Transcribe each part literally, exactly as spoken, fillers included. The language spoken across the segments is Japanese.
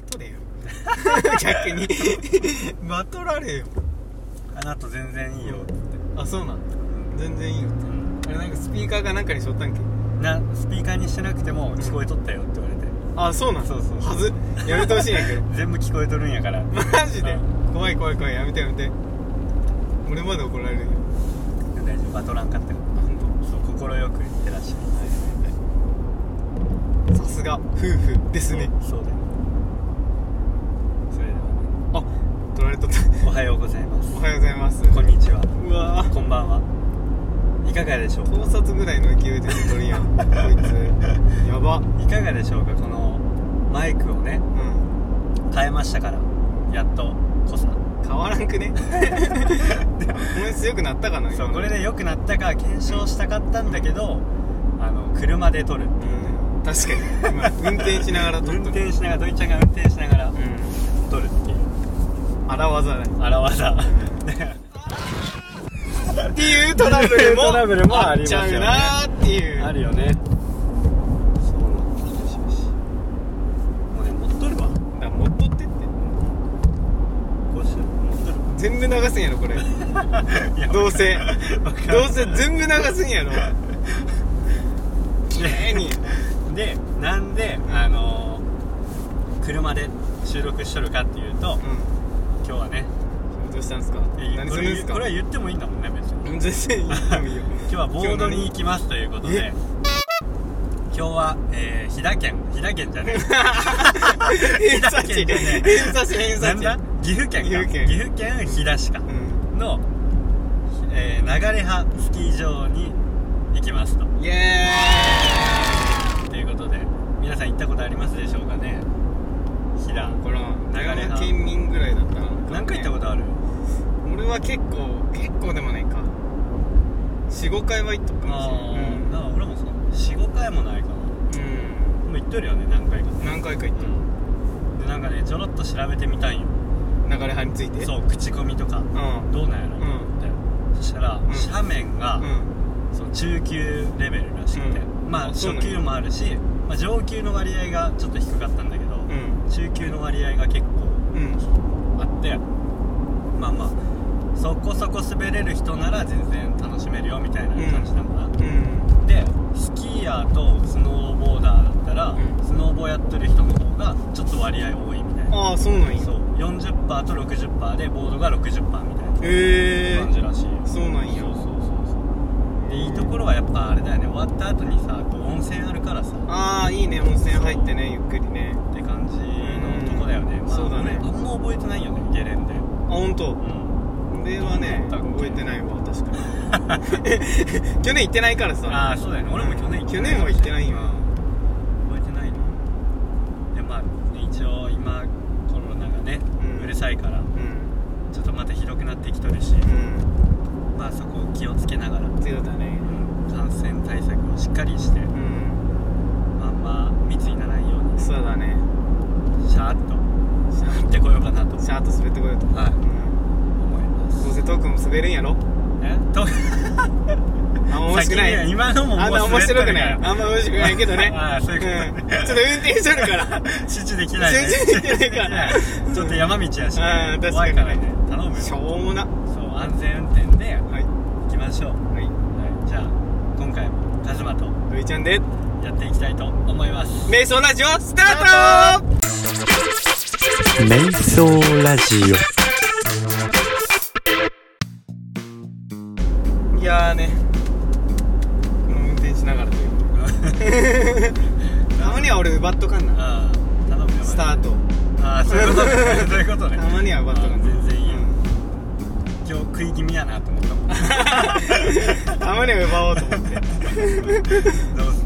トれよ逆にバトられよ。 あなた全然いいよって。 あ、そうなん、全然いいよって、うん、あれなんかスピーカーかなんかにしとったんけ。 なスピーカーにしてなくても聞こえとったよって言われて、 うん、あ、そうなん、 そうそうはずやめてほしいんやけど全部聞こえとるんやからマジで怖い怖い怖い、やめてやめて、俺まで怒られるよ。 大丈夫、バトらんかったよ。そう心よく言ってらっしゃい。さすが夫婦ですね。 そうだよ。それではね、 あ、取られとったおはようございます。 おはようございます。 こんにちは。 うわー、 こんばんは。いかがでしょうか。 盗撮ぐらいの勢いで撮るやんこいつやば。 いかがでしょうか。このマイクをね、うん、変えましたから、やっとこさ変わらんくね音質良くなったかな。 そう、これで良くなったか検証したかったんだけど、あの車で撮るっていう、 うん、確かに今運転しながら撮っとる運転しながら、ドイちゃんが運転しながら撮るっていう荒技だね。 荒技っていうトラブルもトラブルもああっちゃうなーっていう。 あるよね。そうなんだ。よしよし、もうね、持っとるわ。 だから持っとってってこうして持っとる。 全部流すんやろこれどうせどうせ全部流すんやろ綺麗にで、なんで、あのー、車で収録しとるかっていうと、うん、今日はね、 どうしたんすか。何するんすか。 これは言ってもいいんだもんね、別に。 全然言ってもいいよ今日はボードに行きますということで、今日は、えー、飛騨県、飛騨県じゃねえ飛騨県じゃねえ偏差値偏差値なんだ、岐阜県か、岐阜県、岐阜県飛騨市か、うん、の、えー、流葉スキー場に行きますと。 イエーイということで、皆さん行ったことありますでしょうかね。飛騨、 これは流葉県民ぐらいだったな。 何回行ったことある？ 俺は結構結構でもないか よん,ご 回は行っとくかもしれない。 あ、うん、だから俺もさ よん,ご 回もないかな。うん、もう行っとるよね、何回か。 何回か行ってる、 うん、で、なんかね、ちょろっと調べてみたんよ、 流れ葉について。 そう、口コミとか、うん、どうなんやろと思って、うん、そしたら、うん、斜面が、うん、その中級レベルらしくて、うん、まあ初級もあるし、まあ、上級の割合がちょっと低かったんだけど、うん、中級の割合が結構あって、うん、まあまあそこそこ滑れる人なら全然楽しめるよみたいな感じなのかな、うんうん、で、スキーヤーとスノーボーダーだったら、うん、スノーボーやってる人の方がちょっと割合多いみたいな。 ああ、そうなんや。 そう、 よんじゅっパーセント と ろくじゅっパーセント でボードが ろくじゅっパーセント みたいな感じらしい。 そうなんや。 そうそうそうそう。で、いいところはやっぱあれだよね、終わった後にさ、こう温泉あるからさ。 ああ、いいね、温泉入ってね、ゆっくりねって感じのとこだよね。まあ、 そうだね。 あんま覚えてないよね、ゲレンデ。 あ、ほんと。うん、俺はね、覚えてないわ、確かに去年行ってないからさ。 ああ、そうだよね、俺も去年行ってない。 去年は行ってないよ、 覚えてないので、まあ一応今コロナがね、うん、うるさいから、うん、ちょっとまたひどくなってきとるし、うん、まあそこを気をつけながら、 そうだね、 うん、感染対策をしっかりして、うん、まあまあ密にならないように、 そうだね、 シャーッと行ってこようかなと。 シャーッと滑ってこようと、はい、うん、 思います。 どうせトークも滑るんやろ。 えとあんま面白くない。 今のももう滑面白くない。あんま面白くないけどね。 ああ、そういうこと、 うん、ちょっと運転しとるから集中できないね。 集中できないからちょっと山道やし、ね、 あ、確かに怖いからね、頼むよ。 しょうもな。 そう、安全運転で行きましょう。はい、はい、じゃあ今回もカズマとルイちゃんでやっていきたいと思います。 瞑想ラジオスタート。 瞑想ラジオ。 いやーね、この運転しながらというたまには俺奪っとかんな。 ああ、頼むよ。 スタート。 ああ、そういうことね。そういうことね。 たまには奪っとかんな。 全然いいよ、うん、今日食い気味やなと思ったもんたまには奪おうと思ってどうすどうす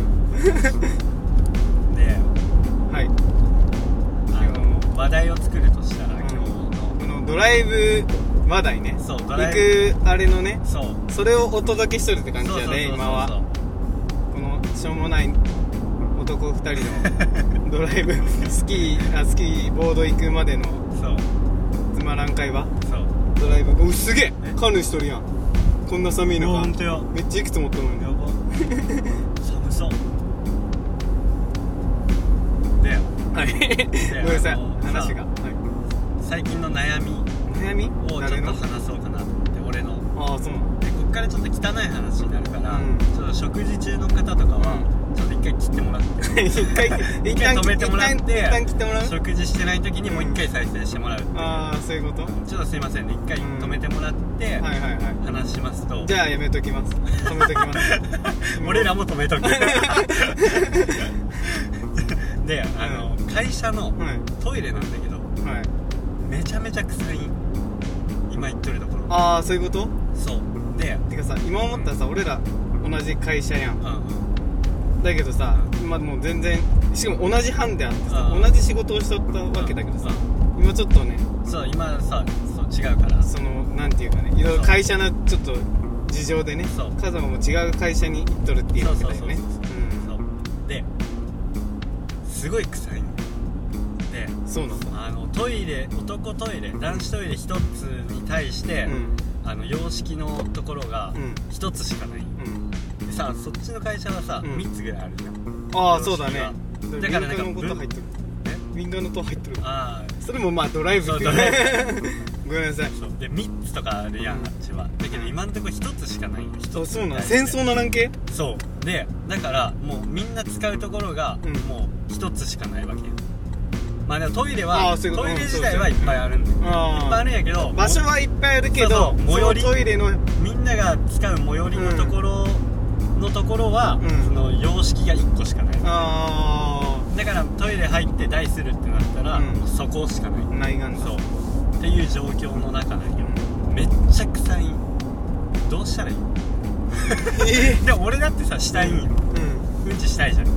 で、 はい、 あの話題を作るとしたら、うん、今日のこのドライブ話題ね。 そう、ドライブ行くあれのね、 そう、 それをお届けしとるって感じだね、今は。このしょうもない男ふたりのドライブスキー、あ、スキーボード行くまでのそうつまらん会話。 そう、 ドライブ、お、すげえカヌーしとるやん。こんな寒いのか。 ほんとよ、 めっちゃいくつ持っとるのに。 やば寒そうで、 はいごめんなさい話が、はい、 最近の悩み悩みをちょっと話そうかなと思って俺のああそうなのでこっからちょっと汚い話になるから、 うん、 ちょっと食事中の方とかは、うん、ちょっと一回切ってもらって一回一回止めてもらって一旦切ってもらう食事してない時にもう一回再生してもらう、うん、 ああそういうことちょっとすいませんね一回止めてもらって、うん、 はいはいはい話しますとじゃあやめときます止めときます俺らも止めとくであの、うん、会社のトイレなんだけど、はい、めちゃめちゃ臭い今言っとるところああそういうことそうでてかさ今思ったらさ、うん、俺ら同じ会社やん、うんうん、だけどさ、うん、今もう全然しかも同じ班であってさ、うん、同じ仕事をしとったわけだけどさ、うん、今ちょっとねそう今さそう違うからそのなんていうかねいろいろ会社のちょっと事情でね風間も違う会社に行っとるっていうわけだよねですごい臭いんでそうなのあのトイレ男トイレ男子トイレ一つに対して、うん、あの洋式のところが一つしかない、うん、でさそっちの会社はさ、うん、みっつぐらいあるじゃんああそうだねだからなんかウィンドウのこと入ってるウィンドウのと入ってるああそれもまあドライブっていうねごめんなさいそうでみっつとかあるやん、うん、あっちはだけど今んとこひとつしかないんそうそうなん戦争の関係そうでだからもうみんな使うところが、うん、もうひとつしかないわけよまあでもトイレはトイレ自体はいっぱいあるんだよ、うん、いっぱいあるんやけど場所はいっぱいあるけどそうそう最寄りトイレのみんなが使う最寄りのところのところは、うん、その洋式がいっこしかないあだからトイレ入って台するってなったら、うん、もうそこしかないないがんだそうっていう状況の中なんよめっちゃ臭いどうしたらいいえー、でも俺だってさしたいんよ、うん、うんちしたいじゃん、うん、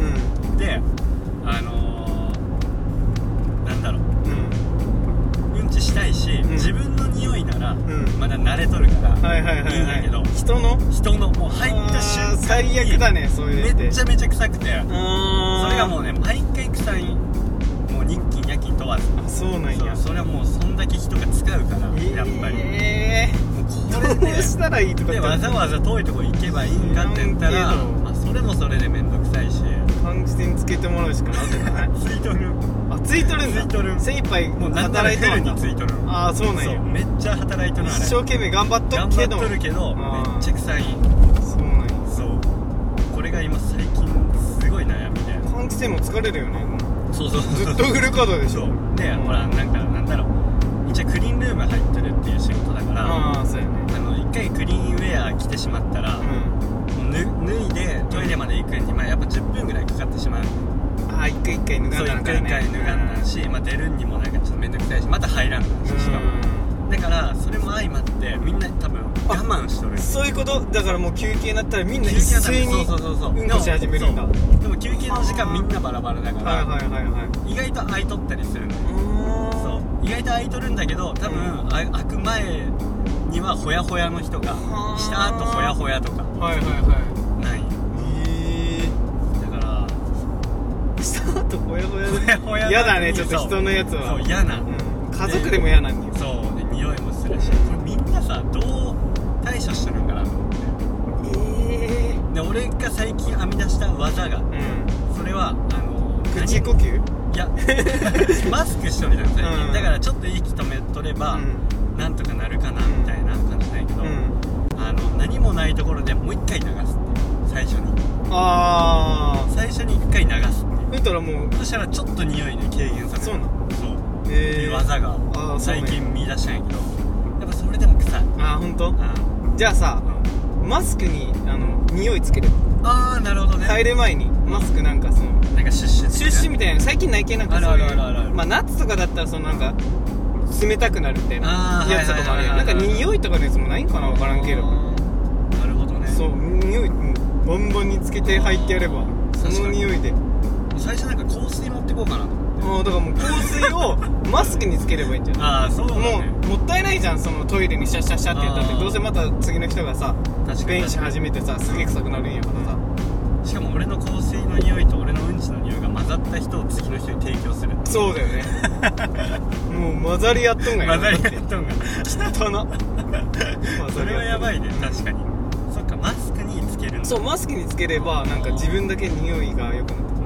であのー、なんだろう、うん、うんちしたいし、うん、自分の匂いなら、うん、まだ慣れとるからいいんだけど人の人のもう入った瞬間に最悪だねそういうめっちゃめちゃ臭くてそれがもうね毎回臭いもう日勤夜勤問わずあそうなんやそ, それはもうそんだけ人が使うから、えー、やっぱりえーこれでしたらいいとかでわざわざ遠いとこ行けばいいんかって言ったら、まあ、それもそれでめんどくさいし換気扇つけてもらうしかなくないついとるあついとるんだついとる精一杯もう働いてるについとるああそうなんやめっちゃ働いとるあれ一生懸命頑張っとるけど頑張っとるけどめっちゃ臭いそうなんやそうこれが今最近すごい悩みで換気扇も疲れるよねそうそうそうずっとフル稼働でしょで、うん、ほらなんかなんだろう一応クリーンルーム入ってるっていう仕事だからああそうやねあの一回クリーンウェア着てしまったら、うん、もう脱いでトイレまで行くに、まあ、やっぱじゅっぷんぐらいかかってしまうああ一回一回脱がんなんからねそう一回一回脱がんなんし、まあ、出るにもなんかちょっとめんどくさいしまた入らんなんししかもだからそれも相まってみんな多分我慢しとるそういうことだからもう休憩になったらみんな一斉にそうそうそうそううんこし始めるんだでも休憩の時間みんなバラバラだから、 はいはいはいはい、 意外と空いとったりするのそう意外と空いとるんだけど多分、うん、開く前にはホヤホヤの人がした後ホヤホヤとかはいはいはいないへえだからした後ホヤホヤホヤホヤ嫌だねちょっと人のやつはそう嫌な、うん、 家族でも嫌なんだよそうで匂いもするしこれみんなさどう対処してるんかなと思ってえー、で俺が最近編み出した技が、うん、それはあの口呼吸いやマスクしとるじゃん最近、うん、だからちょっと息止めとれば、うん、なんとかなるかなみたいな感じないけど、うん、あの何もないところでもう一回流すって最初にああ最初に一回流すってだったらもうそしたらちょっと匂いで軽減されるそうなのそうっていう技が最近見出したんやけどやっぱそれでも臭いああほんとじゃあさ、うん、マスクにあの匂いつけるああなるほどね入る前にマスクなんかそのなんかシュッシュッシュッシュみたいな最近内見なんかそういうあるあるあるあるまあ夏とかだったらそのなんか冷たくなるみたいなやつとかもあるやんなんか匂いとかのやつもないんかな分からんけどなるほどねそう匂いもうボンボンにつけて入ってやればその匂いで最初なんか香水持ってこうかなと思ってああだからもう香水をマスクにつければいいんじゃんああそうだねもうもったいないじゃんそのトイレにシャッシャッシャってやったってどうせまた次の人がさ便意し始めてさすげえ臭くなるんやからさしかも俺の香水の匂いと俺のうんちの匂いが混ざった人を次の人に提供するそうだよねもう混ざり合っとんが混ざり合っとんが汚なそれはやばいね確かにそっかマスクにつけるんだそうマスクにつければなんか自分だけ匂いが良くなってなるほど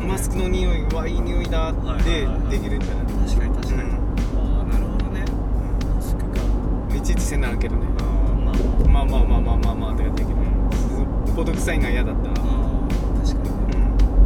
マスクの匂いはいい匂いだってできるんじゃない？ 確かに確かに、うん、ああなるほどね、マスクかいちいちせんなるけどね、あまあまあまあまあまあまあってできる、うん、ボトクサインが嫌だったら、あ確かに、うん、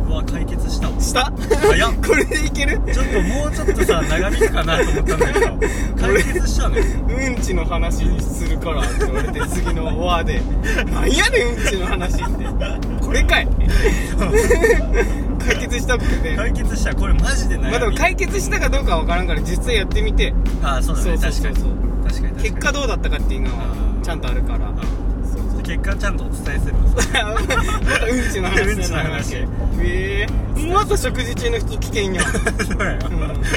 うわ解決したわした早っこれでいける？ ちょっともうちょっとさ長引くかなと思ったんだけど解決したの？ うんちの話するからって言われて次のワーでなんやねんうんちの話ってこれかい解決したっけね。 解決したこれマジで悩み。 まあでも解決したかどうかは分からんから実際やってみて、 ああそうだね、 そうそうそうそう確かに結果どうだったかっていうのはちゃんとあるから、 そうそう結果ちゃんとお伝えするのまたうんちの話うんちの話えー、また食事中の人危険やんそうやよ、うん、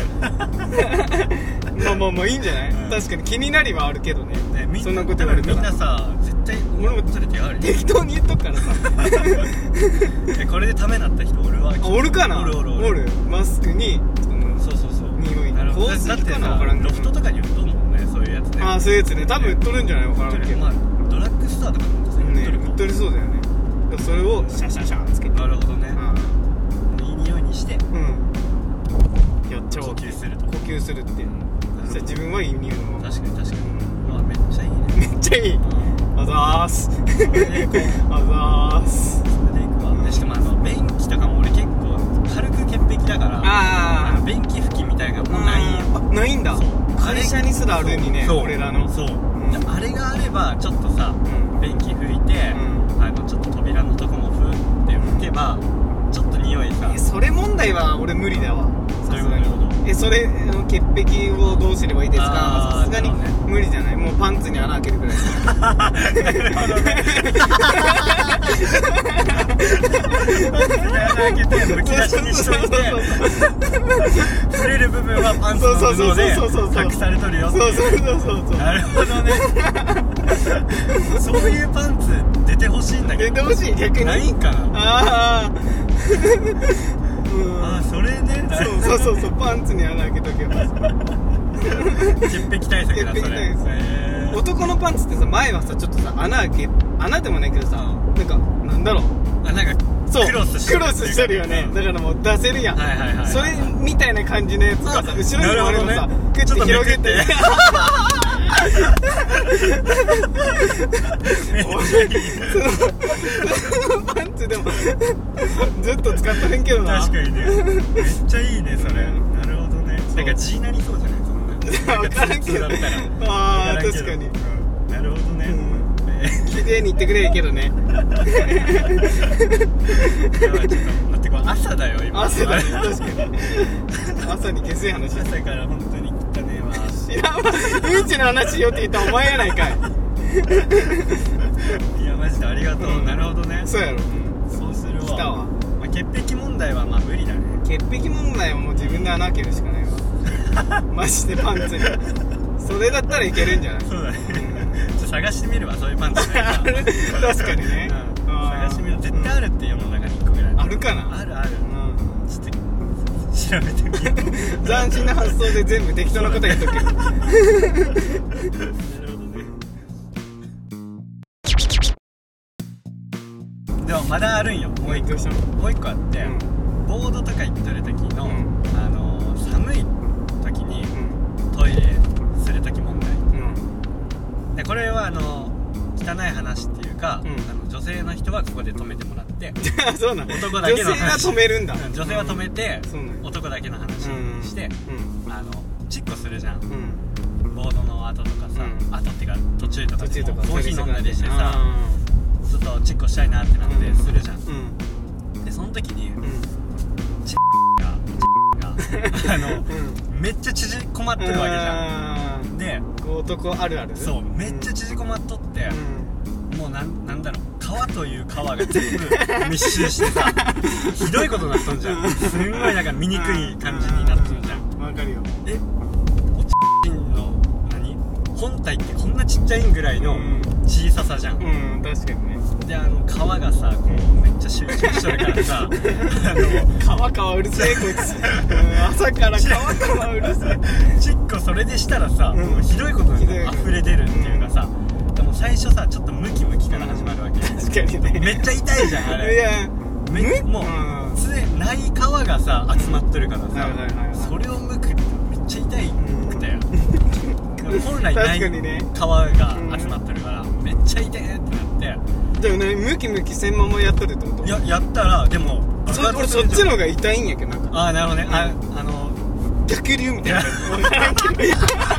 まあまあまあいいんじゃない、うん、確かに気になりはあるけど ね, ねみんなそんなこと言われたらみんなさ絶対俺も連れてやる適当に言っとくからさえこれでためになった人俺はおるかな。 おるおるおるおるマスクにそのそうそうそう匂い香水かな分からんけどロフトとかに売っとんもんねそういうやつね。 ああそういうやつね多分売っとるんじゃない分からんけど、 まあ、ドラッグストアとかでも売っとるか、ね、 売っとりそうだよね。それをシャシャシャンつけてなるほどね、うん、いい匂いにしてうんやっちゃおう呼吸すると呼吸するっていう、うん、そしたら自分はいい匂いのまま確かに確かに、うん、わめっちゃいいねめっちゃいい、うん、あざーすあざーすそれでいくわ、うん、でしかもあの便器とかも俺結構軽く潔癖だからああ便器拭きみたいなのもうないんよ。 あないんだ。会社にすらあるにね俺らのそう、うん、あれがあればちょっとさ、うん、便器拭いて、うん、あのちょっと扉のとこもふって拭けばちょっと匂いさえそれ問題は俺無理だわさすがに。えそれ潔癖をどうすればいいですかさすがに無理じゃない。もうパンツに穴開けるくらいですなるほどね穴開けてむき出しにしといて触れる部分はパンツの布で隠されとるよっていう。 そうそうそうそうなるほどねそういうパンツ出てほしいんだけど出てほしい逆にないんかなあーうん、 あそれねそうそうそうそうパンツに穴開けとけば潔癖対策だそれ。 男のパンツってさ前はさちょっとさ穴開け穴でもないけどさ、うん、なんかなんだろうあなんかそうクロスしてるクロスしてるよね、うん、だからもう出せるやん、 はいはいはいはい、 それみたいな感じのやつがさ後ろにもあればさ、ね、グッて広げてそのパンツでもずっと使ってへんけどな。 確かにねめっちゃいいねそれ、うん、なるほどね。なんか G なりそうじゃないそんな分からんけどああ確かに、 うん、なるほどね、うん綺麗に言ってくれるけどねやばいちょっと待ってこれ朝だよ今朝だね確かに朝に下水話朝から本当に汚ねえわ知らんわうんちの話しようって言ったらお前やないかいいやマジでありがとう、うん、なるほどねそうやろ、うん、 そうするわ来たわ、まあ、潔癖問題はまあ無理だね。 潔癖問題はもう自分で穴開けるしかないわマジでパンツにそれだったらいけるんじゃない。 そうだね、うん、ちょっと探してみるわそういうパンツないか確かにね、 うん、探してみる絶対あるって世の中にいっこぐらい、うん、 あるかな。 あるある、うん、ちょっと調べてみよう斬新な発想で全部適当なこと言っとけるなるほどね。 でもまだあるんよもう一個もう一個あって、うん、ボードとか行ってる時の、うん、あの寒い時に、うん、トイレする時問題、うん、でこれはあの汚い話っていうか、うん、あの女性の人はここで止めてもらってそうなん男だけの話女性は止めるんだ。 女性は止めて、うん、男だけの話して、うん、あのチッコするじゃん、うん、ボードの後とかさ、うん、後っていうか途中とかでもコーヒー飲んだりしてさちょっとチッコしたいなってなってするじゃん、うん、でその時に、うん、チッがチッがあの、うん、めっちゃ縮こまってるわけじゃん。で男あるあるそうめっちゃ縮こまっとって、うん、もうなんなんだろう皮という皮が全部密集してさひどいことになっとんじゃん。すんごいなんか見にくい感じになっとんじゃん。 わかるよ。 えおちの何本体ってこんなちっちゃいんぐらいの小ささじゃん、 うん、うん、確かにね。 であの皮がさこうめっちゃ集中しとるからさあの皮皮うるせえこいつ、うん、朝から皮皮うるせえチッコそれでしたらさ、うん、もうひどいことに溢れ出るっていうかさ、うん、でも最初さちょっとムキムキから始まるわけ、うん、 確かにね。 めっちゃ痛いじゃんあれ。 いやめもう、うん、常ない皮がさ集まってるからさ、 はいはいはいはい、 それを剥くってめっちゃ痛いくて、うん、本来ない皮が集まってるから、うん、めっちゃ痛いってなって。 でもね、ムキムキせんままやっとるってこと？ いや、やったらでもそ俺そっちの方が痛いんやけど、なんかああなるほどね、うん、ああの逆流みたいな逆流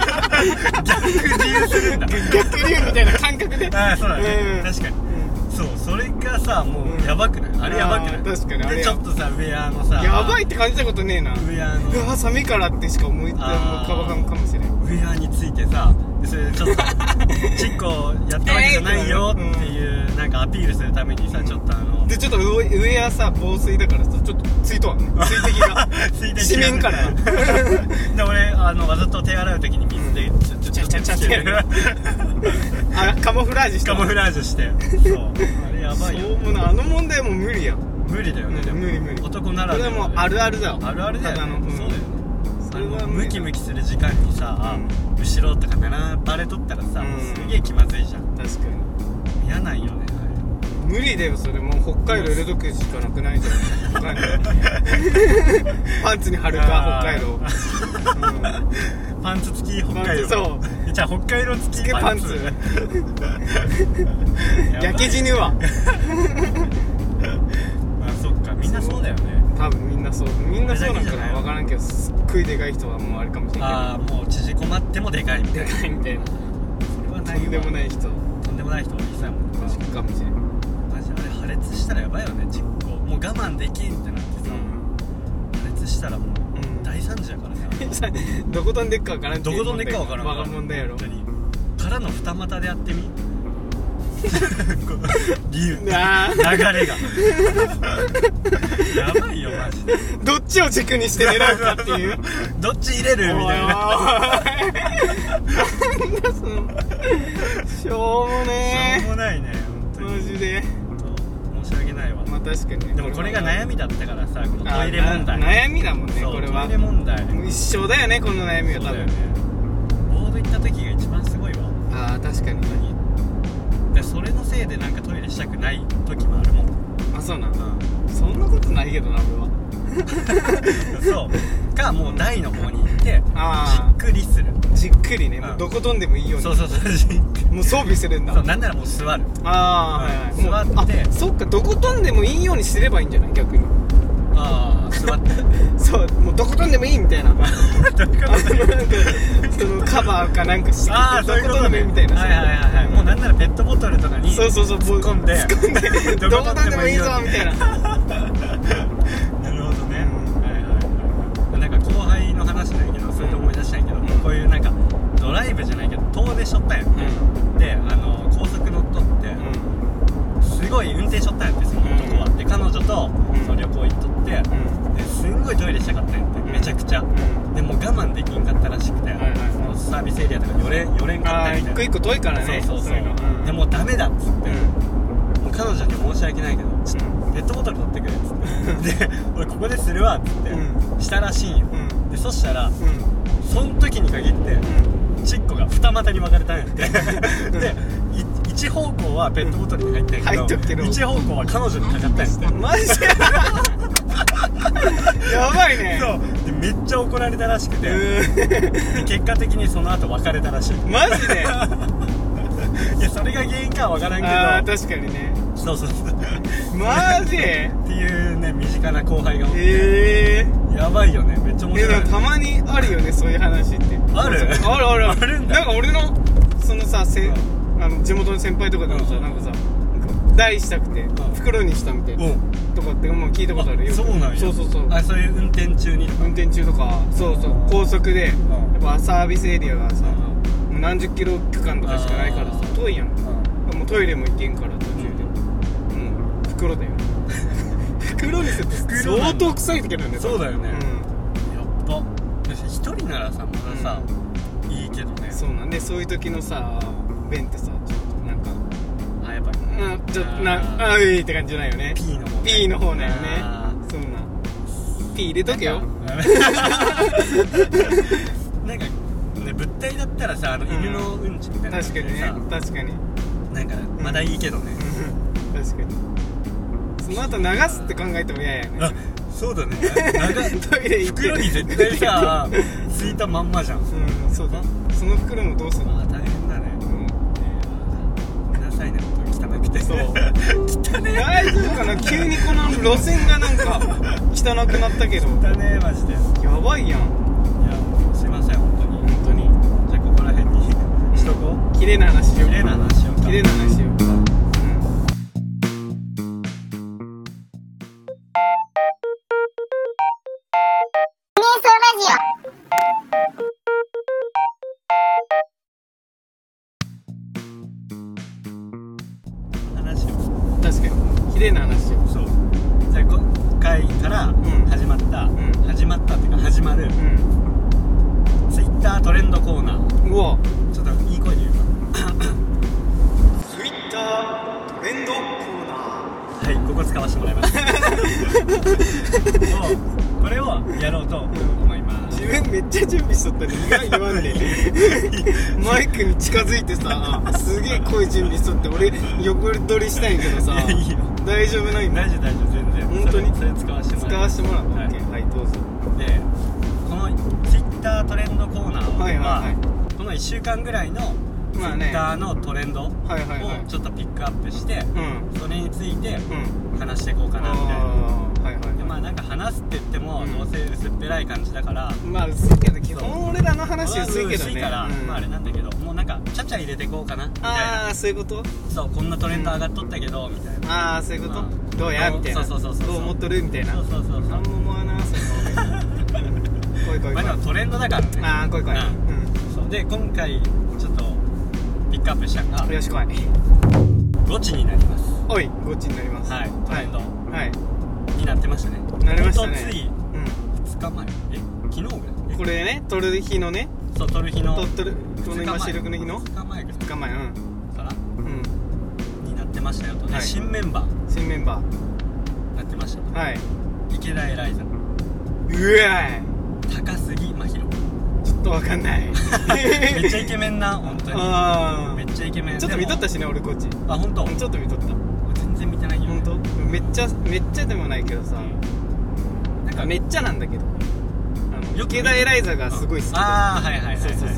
するんだ逆流みたいな感覚でああそうだね、うん、確かに、うん、そうそれがさもうやばくない、うん、あれやばくない？ 確かにあれでちょっとさウェアのさやばいって感じたことねえな。ウェアのうわ寒いからってしか思いつかばんかもしれん。 ウェアについてさでそれでちょっとチッコやったわけじゃないよっていう、うん、なんかアピールするためにさ、うん、ちょっとあのでちょっとウェアさ防水だからさちょっとついとはね水滴が水滴紙面からで俺あのわざと手洗う時に水でちょちょちょちょちょってあカモフラージュしてカモフラージュしてそうあれやばいよ、ね、 そうもうあの問題も無理やん。 無理だよね、 うん、無理無理。 男ならでは、ね、 これはもうあるあるだよ。 あるあるだよ、ね、 うん、 そうだよね。 それはムキムキする時間にさ、うん、後ろとか並ばれとったらさ、うん、すげえ気まずいじゃん。 確かに嫌ないよね。 無理だよそれ。もう北海道入れとくしかなくないじゃんパンツに貼るか北海道、うん、 パンツ付き北海道。そうじゃあ北海道付きパンツ焼け死ぬわまあそっかみんなそうだよね。 多分みんなそうみんなそうなんかな分からんけどすっごいでかい人はもうあれかもしれないけどああもう縮こまってもでかいみたいなでかいみたいなそれはないとんでもない人とんでもない人は実際もん確かもしれない。 マジあれ破裂したらやばいよね実行もう我慢できんってなってさ、うん、破裂したらもう大惨事やからさ、 うん、どこ飛んでっか分からんどこ飛んでっか分からんバカ問題やろからの二股でやってみ理由流れがやばいよマジで。 どっちを軸にして狙うかっていうどっち入れるみたいななんだそのしょうもねしょうもないね本当にマジで申し訳ないわ。 まあ確かにね。 でもこれが悩みだったからさこのトイレ問題悩みだもんねこれは。 トイレ問題一生だよねこの悩みは多分ね。 ボード行った時が一番すごいわ。 ああ確かにでそれのせいでなんかトイレしたくない時もあるもん。 あそうなん、うん、そんなことないけどな俺はそうかもう台の方に行ってあじっくりするじっくりね、うん、もうどこ飛んでもいいようにそうそうそうもう装備するんだ。 そうなんならもう座るああ、うん、はいはい座ってそっかどこ飛んでもいいようにすればいいんじゃない逆に。 ああ座ってそうもうどこ飛んでもいいみたいなどこ飛んでもなんかそのカバーかなんかしてああそういうことねみたいな。 はいはいはいはいもうなんならペットボトルとかにそうそうそう突っ込んで突っ込んでどこ飛んでもいいぞみたいななるほどね、うん、はいはいなんか後輩の話なんやけどそれで思い出したんやけど、うん、こういうなんかドライブじゃないけど遠出しとったんやって、うん、であの高速乗っとって、うん、すごい運転しとったんやってその男は、うん、で彼女と、うん、その旅行行っとって、うん、ですんごいトイレしたかったんやって、うん、めちゃくちゃ、うん、でも我慢できんかったらしくて、はいはい、そのサービスエリアとか寄れ寄れんかったみたいな。 一個一個遠いからね。 そうそうそう、うん、でもうダメだっつって、うん、もう彼女に申し訳ないけどちょっとペットボトル取ってくれっつってで俺ここでするわっつって、うん、したらしいんよ、うん、でそしたら、うん、その時に限って、うん、チッコが二股に分かれたんやってで一方向はペットボトルに入ってんやけど、入っとくけど一方向は彼女にかかったんやってマジでやばいね。 そうでめっちゃ怒られたらしくてで結果的にその後別れたらしい。 マジでいやそれが原因かは分からんけどあー確かにねそうそうそうマジっていうね身近な後輩がおってえー、 やばいよねめっちゃ面白い。 えでもたまにあるよねそういう話ってあるあるあるあるんだ。 なんか俺のそのさせ、うん、あの地元の先輩とかでもさ、うん、なんかさ台したくて、うん、袋にしたみたいな、うん、とかってもう聞いたことあるよ。 そうなんや。 そうそうそうあそういう運転中に運転中とかそうそう高速で、うん、やっぱサービスエリアがさ、うん、何十キロ区間とかしかないからさ遠いやん、うん、もうトイレも行けんから途中で、うん、もう袋だよ袋にすると相当臭い時なんだよ。 そうだよね、うん、やっぱ一人ならさまださ、うん、いいけどね。 そうなんでそういう時のさ便ってさちょっとなんかあやっぱりうんちょっとなあういって感じじゃないよね。 P の方 P の方だよね。そんな P 入れとけよなんかね物体だったらさあの犬のうんちみたいな、 うん、確かにね確かになんかまだいいけどね、 うん、確かにその後流すって考えても嫌やね。 あそうだねトイレ行って袋に絶対さついたまんまじゃん。 うんそうだ。その袋もどうするの。 あ大変だね。うんくださいね本当に汚くて。 そう汚ね大丈夫かな。急にこの路線がなんか汚くなったけど汚ねマジで。 やばいやん。 いやすいません本当に本当に。 じゃあここら辺にしとこう。 綺麗な話しよう。 綺麗な話しようか。 綺麗な話しよう。 話を確かに綺麗な話よ。 そうじゃあ今回から始まった、 ん始まったっていうか始まる、 うん。 ツイッタートレンドコーナー。 うわ。 ちょっといい声で言うツイッタートレンドコーナか。はいここ使わせてもらいますもうこれをやろうと思います。 自分めっちゃ準備しとったのに意外言わんでマイクに近づいてさすげえ声準備しとって俺横取りしたいんやけどさいやいいよ大丈夫ないんだ。 大丈夫大丈夫全然本当にそれそれ使わせても使らいます。 わせてもらう。 はい OK はいどうぞ。 でこのツイッタートレンドコーナーは、 はいはいはいこのいっしゅうかんぐらいのツイまあねッターのトレンドをはいはいはいちょっとピックアップして、 うんそれについてうん話していこうかなみたいな。 あーはいはいでまあなんか話すって言っても、 うんどうせ薄っぺらい感じだから、 まあ薄いけど基本俺らの話薄いけどね。 薄いから、 うんまああれなんだけど、もうなんかちゃちゃ入れていこうかなみたいな。 ああそういうこと。 そうこんなトレンド上がっとったけどみたいな。 ああそういうこと、 まあどうやみたいな。 そうそうそうそうどう思っとるみたいな。 そうそうそうそうなんも思わなその来い来い来い。 まあでもトレンドだからね。 ああ来い来い。 うんそうで今回ちょっとピックアップしたのがうんよし来い。 ゴチになります。 おいゴチになります。 はいトレンドはいになってましたね。 なりましたね。 ほんとついふつかまええ昨日ぐらいうんこれね撮る日のねそう撮る日の撮ってるこの今収録の日のふつかまえぐらいふつかまえうんからうんになってましたよと、ではい新メンバー新メンバなってましたと、 ーはい池田エライザうわ高杉真宙ーちょっとわかんないめっちゃイケメンな本当にあめっちゃイケメン。 あちょっと見とったししね俺こっちあ本当ちょっと見とった全然見てないよ本当めっちゃめっちゃでもないけどさなんかめっちゃなんだけどあのよく見池田エライザがすごい好きでああはいはいはいはいそうそうそうそう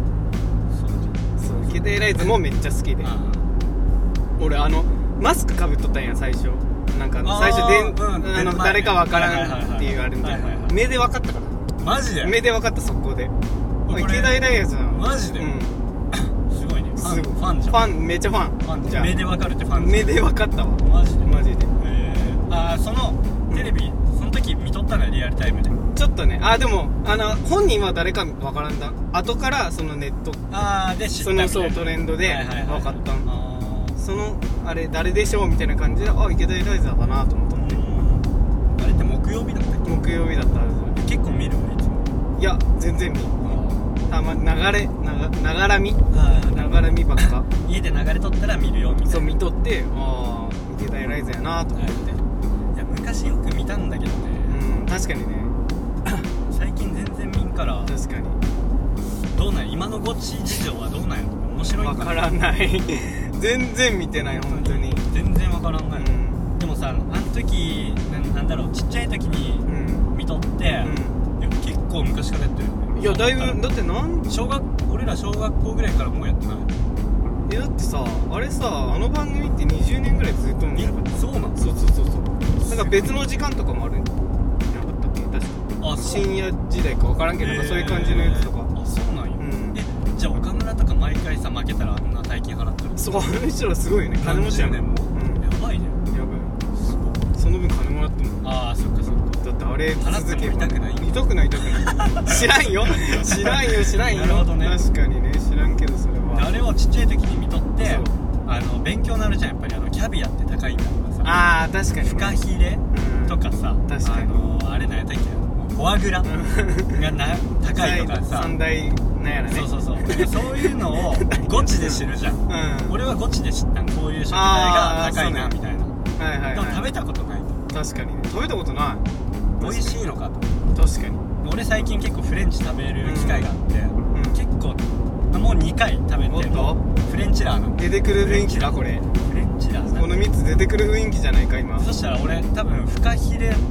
そう池田エライザもめっちゃ好きであ俺あのマスクかぶっとったんや最初なんかあー最初でんうんあので誰かわからはいはいはいはいんって言われるみたいはいはいはない目で分かったからーマジで目で分かった速攻でこれ池田エライザじゃんマジでうんすごいねファンすごいファンじゃんファンめっちゃファンファンじゃあ目でわかるってファンじゃん目で分かったわマジでマジでえー、ああそのテレビその時見とったのリアルタイムで。 ちょっとねあでもあの本人は誰か分からんだ後からそのネットああで知ったそみたいなのそうトレンドではいはいはいはい分かったんあそのあれ誰でしょうみたいな感じであ池田エライザーだなと思っとってーあれって木曜日だったっ木曜日だったはずけ？結構見るわいつも。 いや全然見たま流れながながら見あながら見ばっか家で流れとったら見るよみたいな。 そう見とってああ池田エライザーやなと思っていや昔よく見たんだけどね、 うん確かにね最近全然見んから確かにどうなんや今のゴチ事情はどうなんや面白いんかな。 分からない全然見てない本当に全然わからんなうい、 んでもさあの時な、なんだろうちっちゃい時にうん見とって、 ういや結構昔からやってるよね。 いやだいぶそうだってなん小学俺ら小学校ぐらいからもうやってない？ えだってさあれさあの番組ってにじゅうねんぐらいずっと見なかったそうなんそうそうそうそうなんか別の時間とかもあるんじゃなかったっけ確かあそう深夜時代か分からんけど、 えーそういう感じのやつとかあそうなんや、 うんえじゃあ岡村とか毎回さ負けたらあんな大金払ってる？ そうあの人らすごいよね金持ちやね何十年もうんやばいね。 やばいその分金もらってもああそっかそっか。 だってあれ払っても痛くない痛くない痛くない知らんよ知らんよ知らんよなるほどね確かにね知らんけどそれはあれをちっちゃい時に見とってそうあの勉強になるじゃんやっぱりあのキャビアって高いんだとかさああ確かに、ね、 フカヒレうんとかさ確かにあのあれ何やったっけフォアグラがな高いとかさ三大なんやらねそうそうそうそういうのをゴチで知るじゃん、 うん俺はゴチで知ったんこういう食材が高いなみたいな、 はいはい、はい、 でも食べたことないと確かにね食べたことない美味しいのかと。 確かに俺最近結構フレンチ食べる機会があって、 ん結構もうにかい食べておっとフレンチラーなの。 出てくる雰囲気だこれフレンチラーなこのみっつ出てくる雰囲気じゃないか今そしたら俺多分フカヒレ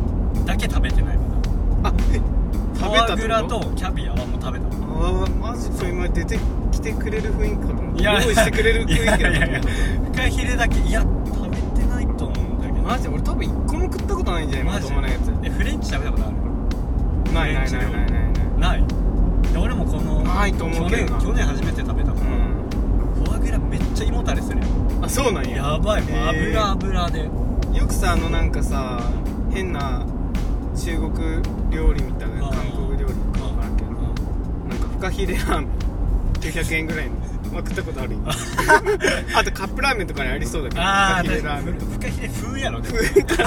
だけ食べてないかな。あえフォアグラとキャビアはもう食べた。 ああマジそれ今出てきてくれる雰囲気かと思った。用意してくれる雰囲気だと思った。 いやいやいやフカヒレだけいや食べてないと思うんだけど。 マジ俺多分一個も食ったことないんじゃないまともなやつ。 えフレンチ食べたことある？ ないないないないないないないで俺もこのないと思うけどな去年去年初めて食べたから、うん、フォアグラめっちゃ胃もたれするよ。 あそうなんや。 やばいもう油油で。 よくさあのなんかさ変な中国料理みたいな韓国料理か分からんけどなんかフカヒレラーメンきゅうひゃくえんぐらいの食ったことあるよあとカップラーメンとかにありそうだけどフカヒレラーメンフカヒレ風やろね風風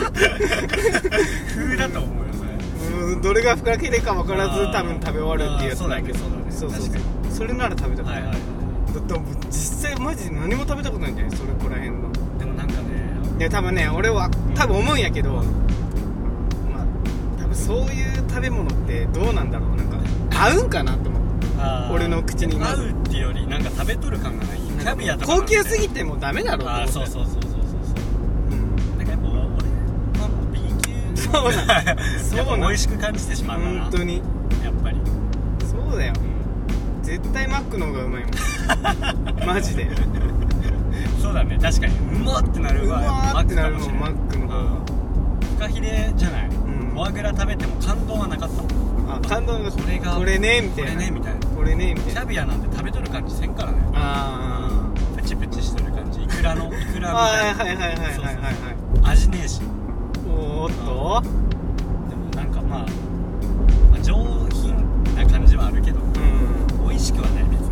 だと思うよそれ。 うんどれがフカヒレか分からず多分食べ終わるっていうやつだけどそうだねそうだねそうそうそうそれなら食べたことない、 はいはいはい、 だって実際マジで何も食べたことないんじゃないそれこら辺の。 でもなんかねいや多分ね俺は多分思うんやけど、まあ多分そういう食べ物ってどうなんだろうなんか合うんかなって思う。俺の口に合うっていうよりなんか食べとる感がないキャビアとか高級すぎてもダメだろうと思って。 あそうそうそうそうそうそう、うん、なんかやっぱ俺はもう B 級そうなんそうなん美味しく感じてしまうから本当にやっぱりそうだよ、うん、絶対マックの方がうまいもんマジでそうだね確かにうまってなるうわまーってなるもんマックの方が。 フカヒレじゃない、うん、フォアグラ食べても感動はなかったもん。 あ感動がこれがこれねみたいなこれねみたいなこれねみたいな。 キャビアなんて食べとる感じせんからね。 ああプチプチしとる感じイクラのイクラみたいなはいはいはいはいはいはいはい味ねえし。 おーっとでもなんかまあ、まあ、上品な感じはあるけど、うん、美味しくはない別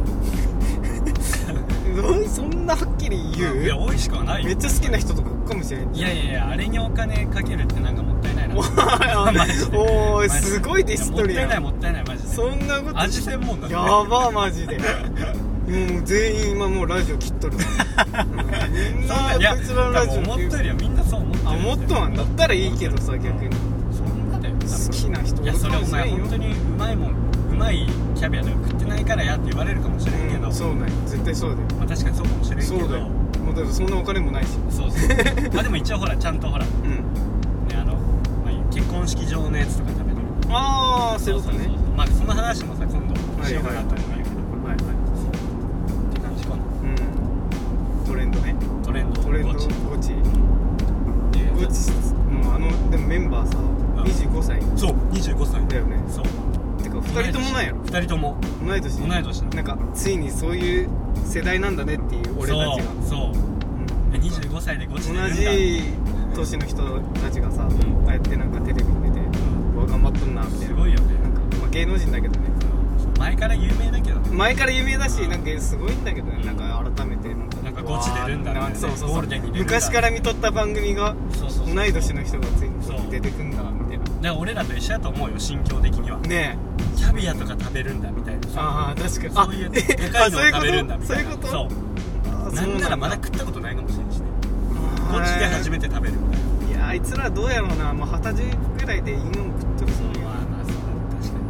にそんなはっきり言う？ いや美味しくはないよ。 めっちゃ好きな人とかかもしれん。 いやいやいやあれにお金かけるってなんかもったいないなおーすごいディストリやん。 もったいないもったいないマジで。 そんなこと味専門だね。 やばマジでもう全員今もうラジオ切っとるみんなこいつらのラジオ思っとるよみんなそう思ってる。 あもっとなんだったらいいけどさ逆にそんなだよ好きな人いやそれお前本当にうまいもんうまいキャビアとか食ってないからやって言われるかもしれんけど、 うん、そうなん絶対そうだよ。 まあ確かにそうかもしれんけどそうだよもうだってそんなお金もないしそうそうまあでも一応ほらちゃんとほら、うんね、あの、まあ、結婚式場のやつとか食べとる。 ああそういうことね。 まあその話もさ今度しようかなと思うんやけどはいはいそうって感じかな。 うんトレンドねトレンドトレンドゴチゴチもうあのでもメンバーさにじゅうごさいそうにじゅうごさいだよね。そうてかふたりともなんやろ。 ふたりとも同い年同い年なんかついにそういう世代なんだねっていう俺たちがそうそう、うん、にじゅうごさいでゴチで同じ年の人たちがさ、うん、ああやってなんかテレビに出て、うん、うわ頑張っとんなみたいな。 すごいよねなんか、まあ、芸能人だけどね前から有名だけどね前から有名だしなんかすごいんだけどね、うん、なんか改めてなんかなんかゴチ出るんだねそうそうそうゴールデンに出るんだ昔から見とった番組がそうそうそう同い年の人がついに出てくんだみたいな。 だから俺らと一緒やと思うよ心境的にはねえキャビアとか食べるんだみたいなさああ確かにそういう高いのを食べるんだみたいなそういうことそうなんならまだ食ったことないかもしれないしねゴチで初めて食べるみたいな。 いやあいつらどうやろうなもう二十歳ぐらいでいいのも食っとるそうまあまあそうだね確か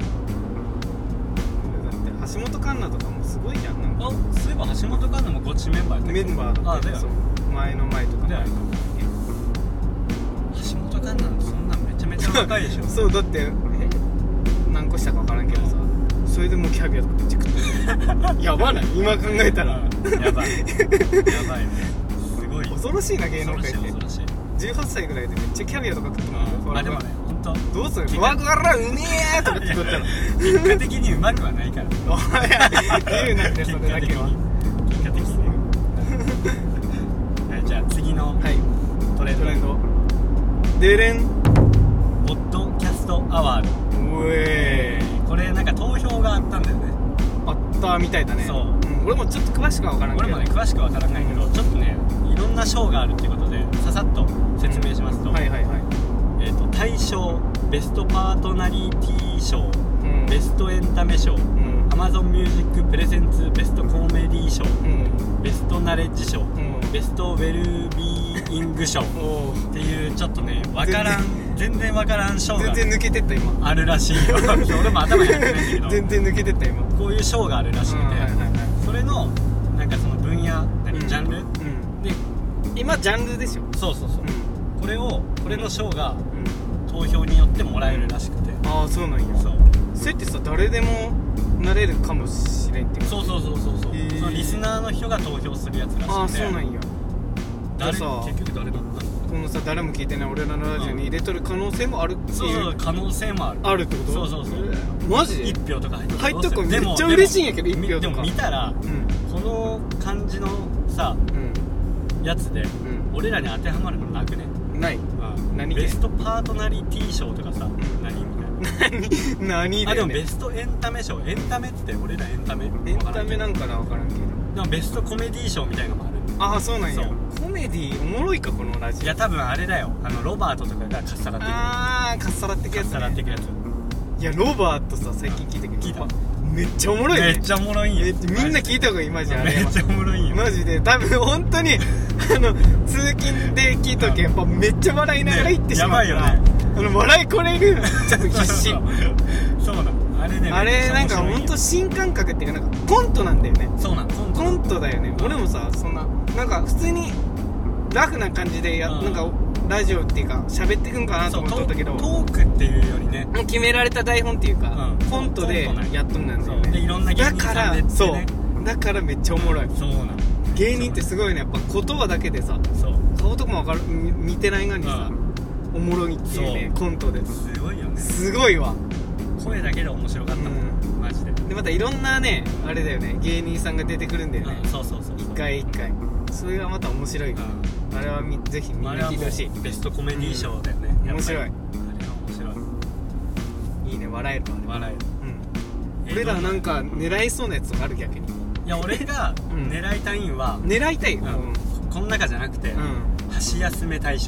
に。だって橋本環奈とかもすごいじゃんなんかあそういえば橋本環奈もゴチメンバーやったっけ。 メンバーだったよ。そう前の前とか前とか橋本環奈なんてそんなんめちゃめちゃ若いでしょそうだってえ何個したか分からんけどさそれでもうキャビアとかめっちゃ食ってるやばない今考えたらやばいやばいねすごい恐ろしいな芸能界って。 恐ろしいじゅうはっさいぐらいでめっちゃキャビアとか食ってもまあでもね本当どうするふわぐらうめえとかって言ったら結果的にうまくはないからお前言うなってそれだけは結果的にはいじゃあ次のトレンド、 トレンドデレンポッドキャストアワードうえーこれなんか投票があったんだよね。 あったみたいだね。 そう、うん、 俺もちょっと詳しくは分からんけど俺もね詳しくは分からないけど、うん、ちょっとねいろんな賞があるっていうことでささっと説明しますと、 うん、はいはいはいえーと大賞ベストパートナリティ賞、うん、ベストエンタメ賞、うん、Amazon Music プレゼンツベストコメディ賞、うん、ベストナレッジ賞、うん、ベストウェルビーイング賞っていうちょっとね分からん全然分からん賞が全然抜けてった今あるらしいよ俺も頭に入ってないんだけど全然抜けてった今こういう賞があるらしくて、うんはいはいはい、それのなんかその分野何、うん、ジャンル、うん、で今ジャンルでしょ。 そうそうそう、うん、これをこれの賞が投票によってもらえるらしくて。 ああそうなんや。 そうそれってさ誰でもなれるかもしれんっていう。 そうそうそうそうそう、 へーそのリスナーの人が投票するやつらしくて。 ああそうなんや。 誰じゃあさ結局誰だったの？ このさ誰も聞いてない俺らのラジオに入れとる可能性もあるっていう。 そうそう可能性もある。 あるってこと？ そうそうそう、 えーマジで一票とか入っと入っとくくめっちゃ嬉しいんやけどでも一票とかでも見たらうんこの感じのさうやつでん俺らに当てはまるのなくね？ うんない何系ベストパートナリティ賞とかさ、 ん何みたいな。 何何あでもねベストエンタメ賞、エンタメって俺らエンタメエンタメなんかな分からんけど。 でもベストコメディ賞みたいのもある。 ああそうなんや。 そうコメディおもろいかこのラジオ。 いや多分あれだよ、あのロバートとかがかっさらってくる。 ああかっさらってくかっやつね。 さらってくやついやロバートさ最近聞いたけど聞いためっちゃおもろいね。 めっちゃおもろいんよ。 めっちゃみんな聞いた方がいいマジあれめっちゃおもろいんよ。 マジで多分本当にあの通勤で聞いとけやっぱめっちゃ笑いながら行ってしまうから、 ねやばいよねあの笑いこれるちょっと必死そうなのあれね。 あれなんか本当新感覚っていうかなんかコントなんだよね。 そうなのコントコントだよね。俺もさそんななんか普通にラフな感じでや、 うんなんかラジオっていうか喋ってくんかなと思っとったけど、 トークっていうよりね、 もう決められた台本っていうか、 うんコントでやっとんなんだよね。 でいろんな芸人さんでってね。 そうだからめっちゃおもろい。 そうなの芸人ってすごいねやっぱ言葉だけでさそう顔とかもわかるみ見てないのにさ、おもろいっていうねコントですごいよね。 すごいわ。 声だけで面白かったもん、 うんマジで。 でまたいろんなねあれだよね芸人さんが出てくるんだよね、 うんそうそうそう一回一回それがまた面白いから、あれはみぜひみんな聞いてほしい。 ベストコメディ賞だよね、 うん面白い。 あれは面白い。 いいね笑えるわあれ。 笑える。 うん俺らなんか狙いそうなやつとかある逆に。 いや俺がうん狙いたいんは、 狙いたいよ。 うんこの中じゃなくて、 うん箸休め大賞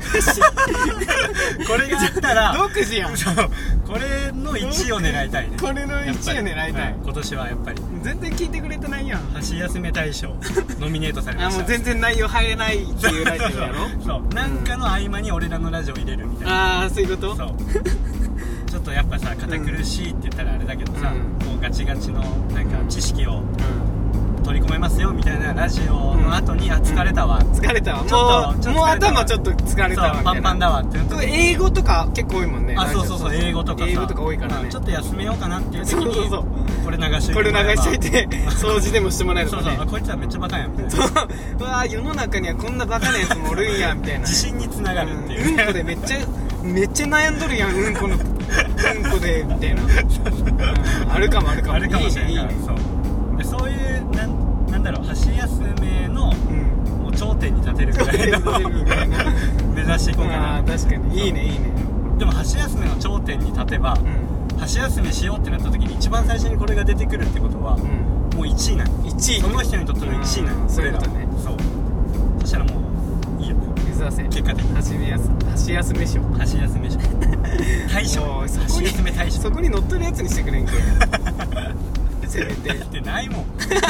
これがあったら独自やん。 そうこれのいちいを狙いたいね。 これのいちいを狙いたいやっぱりうん今年はやっぱり全然聞いてくれてないやん。 箸休め大賞ノミネートされました。 あもう全然内容入れないっていうラジオやろそうなんかの合間に俺らのラジオ入れるみたいな。 ああそういうこと。 そうちょっとやっぱさ堅苦しいって言ったらあれだけどさ、 うんもうガチガチのなんか知識をうん取り込めますよみたいなラジオの後に、あ疲れたわ、 疲れたわ。 ちょっともうちょっともう疲れたわ頭ちょっと疲れたわみたいな。 そうパンパンだわっていう時に英語とか結構多いもんね。 あそうそうそう英語とかさ英語とか多いからね。 うんちょっと休めようかなっていう時にそうそうそうこれ流しといてこれもらえば流しといて掃除でもしてもらえるとかねそうそうあ。こいつはめっちゃバカやんみたいなそううわー世の中にはこんなバカなやつもおるんやみたいな。 自信につながるっていう、 うんこでめっちゃめっちゃ悩んどるやんうんこのうんこでみたいな、うんあるかもあるかもあるかもしれないいいねいいね。 そうでそういうなんなんだろう箸休めのうんもう頂点に立てるぐらいのみたいな目指していこうかな。 あー確かにいいねいいね。 でも箸休めの頂点に立てば、 うん箸休めしようってなった時に一番最初にこれが出てくるってことは、 うんもういちいなの。 いちいその人にとってのいちいなの、 うんそういうことね。 そうそしたらもういいよ目指せ結果的に箸休箸休めしよう。 箸休めし大賞もうそこ箸に休め大賞そこに乗っ取るやつにしてくれんけせめてだってないもん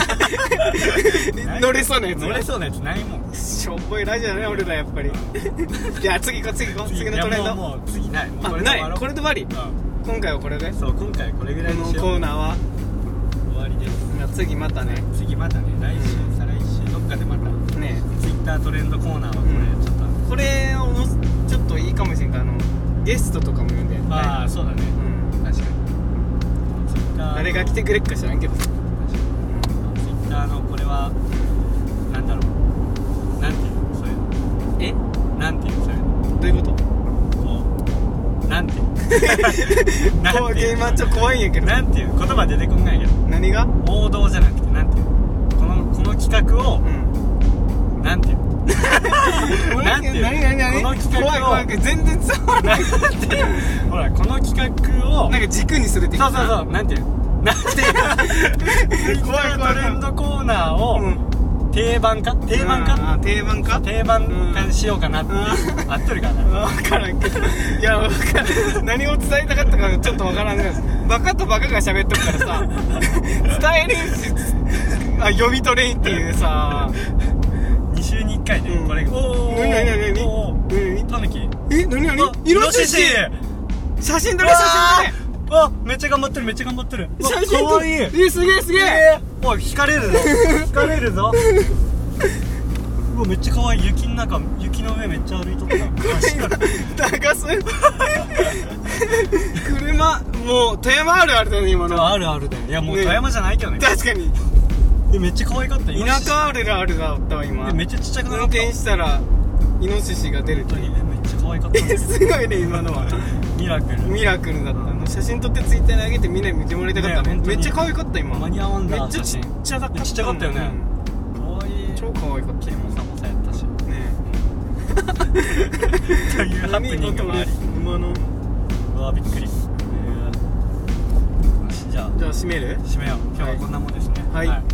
乗れそうなやつ乗れそうなやつないもん。 しょっぽいラジオだね俺らやっぱりじゃあ次行こう次行こう次のトレンド。 いやもうもう次ないもうあこれで終わろうないこれで終わり。 う今回はこれでんそう今回これぐらいこのにしよう。 コーナーは終わりです。 まあ次またね次またね来週再来週どっかでまたねツイッタートレンドコーナーはこれちょっと、 これをもうちょっといいかもしれんかあのゲストとかも呼んでやりたい。 ああそうだねうん確かにツイッター誰が来てくれっか知らんけどツイッターのこれはなんだろうなんていうのそういうのえなんていうのそういうのどういうことこうなんていうなんこうていうゲーマーちょっと怖いんやけどなんていう言葉出てこんないけど何が王道じゃなくてなんていうこのこの企画をうんなんていうなんていう何何何この企画を怖い怖い全然伝わらないなんていうほらこの企画をなんか軸にするってそうそうそうなんていうなんていう怖い怖いトレンドコーナーをうん定番化定番あ化ー定番か定番化にしようかなっていううん合っとるかな分からんけどいや分からん何を伝えたかったかちょっと分からんけどバカとバカが喋っとくからさ伝えれんしあ読み取れんっていうさに週にいっかいでうんこれおお何何何何おお何タヌキえ何何あイノシシ写真撮れ写真撮れあめっちゃ頑張ってるめっちゃ頑張ってる写真撮れかわいいえすげえすげええーおい引かれるぞ引かれるぞうわめっちゃ可愛い。雪の中、雪の上めっちゃ歩いとった高す車もう富山あるあるだね今の。 あるあるだよ。いやもう富山じゃないけどね。 確かにえめっちゃ可愛かった。 田舎あるあるだったわ今。 めっちゃちっちゃくなかった。 運転したらイノシシが出るっていう。 めっちゃ可愛かった。 すごいね今のはミラクルミラクルだった。写真撮ってツイッターに上げてみんなに見てもらいたかったね。めっちゃ可愛かった今。 間に合わんだ。 めっちゃちっちゃかった。 ちっちゃかったよね。可愛い。 超可愛かった。 毛もさもさやったしねというハプニングもあり、 馬のうわびっくり。じゃあじゃあ締める締めよう。今日はこんなもんですね。 はい、はい。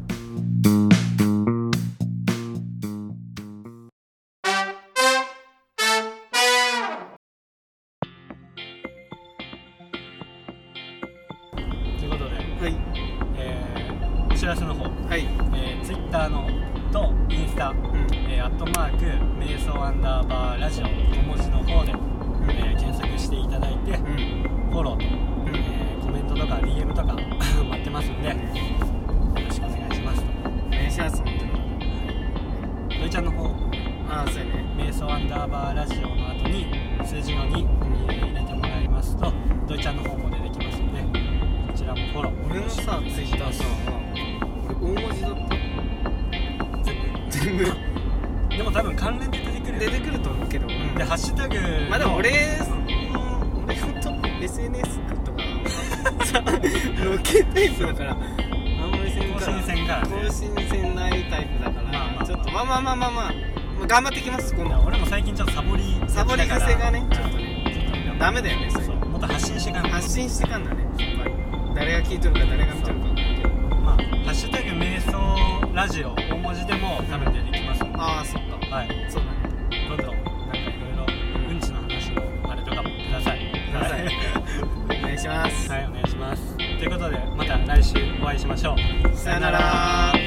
ということで、 はいえー、お知らせの方、 はい、 えー、Twitter のとインスタ、うんえー、アットマーク瞑想アンダーバーラジオ小文字の方で、うんえー、検索していただいて、うん、フォローと、うんえー、コメントとか ディーエム とか待ってますんで、よろしくお願いしますと。 お願いします。本当にドイちゃんの方、 ああそうやね、 瞑想アンダーバーラジオの後に数字のに、うん、入れてもらいますとドイちゃんの方も出てきますんで、こちらもフォロー。 俺のさツイッターさ、俺大文字だった。全部でも多分関連で出てくる出てくると思うけど、うん、 でハッシュタグまあでも俺俺ほんと エスエヌエス とかさロケタイプだからあんまりせんから更新せんからね更新せんないタイプだから、まあまあ、ちょっとまあまあまあまあまあ頑張ってきます今度。 俺も最近ちょっとサボりサボり癖がねちょっとねダメだよね。それもっと発信してかん発信してかんだね。やっぱり誰が聞いとるか誰が見とるか分かるけど、 まあハッシュタグ瞑想ラジオ大文字でも多分出てきますので、 ああそっか、 はいそうだね、どんどんなんかいろいろうんちの話のあれとかもくださいくださいお願いします。 はいお願いします。ということでまた来週お会いしましょう。 さよなら。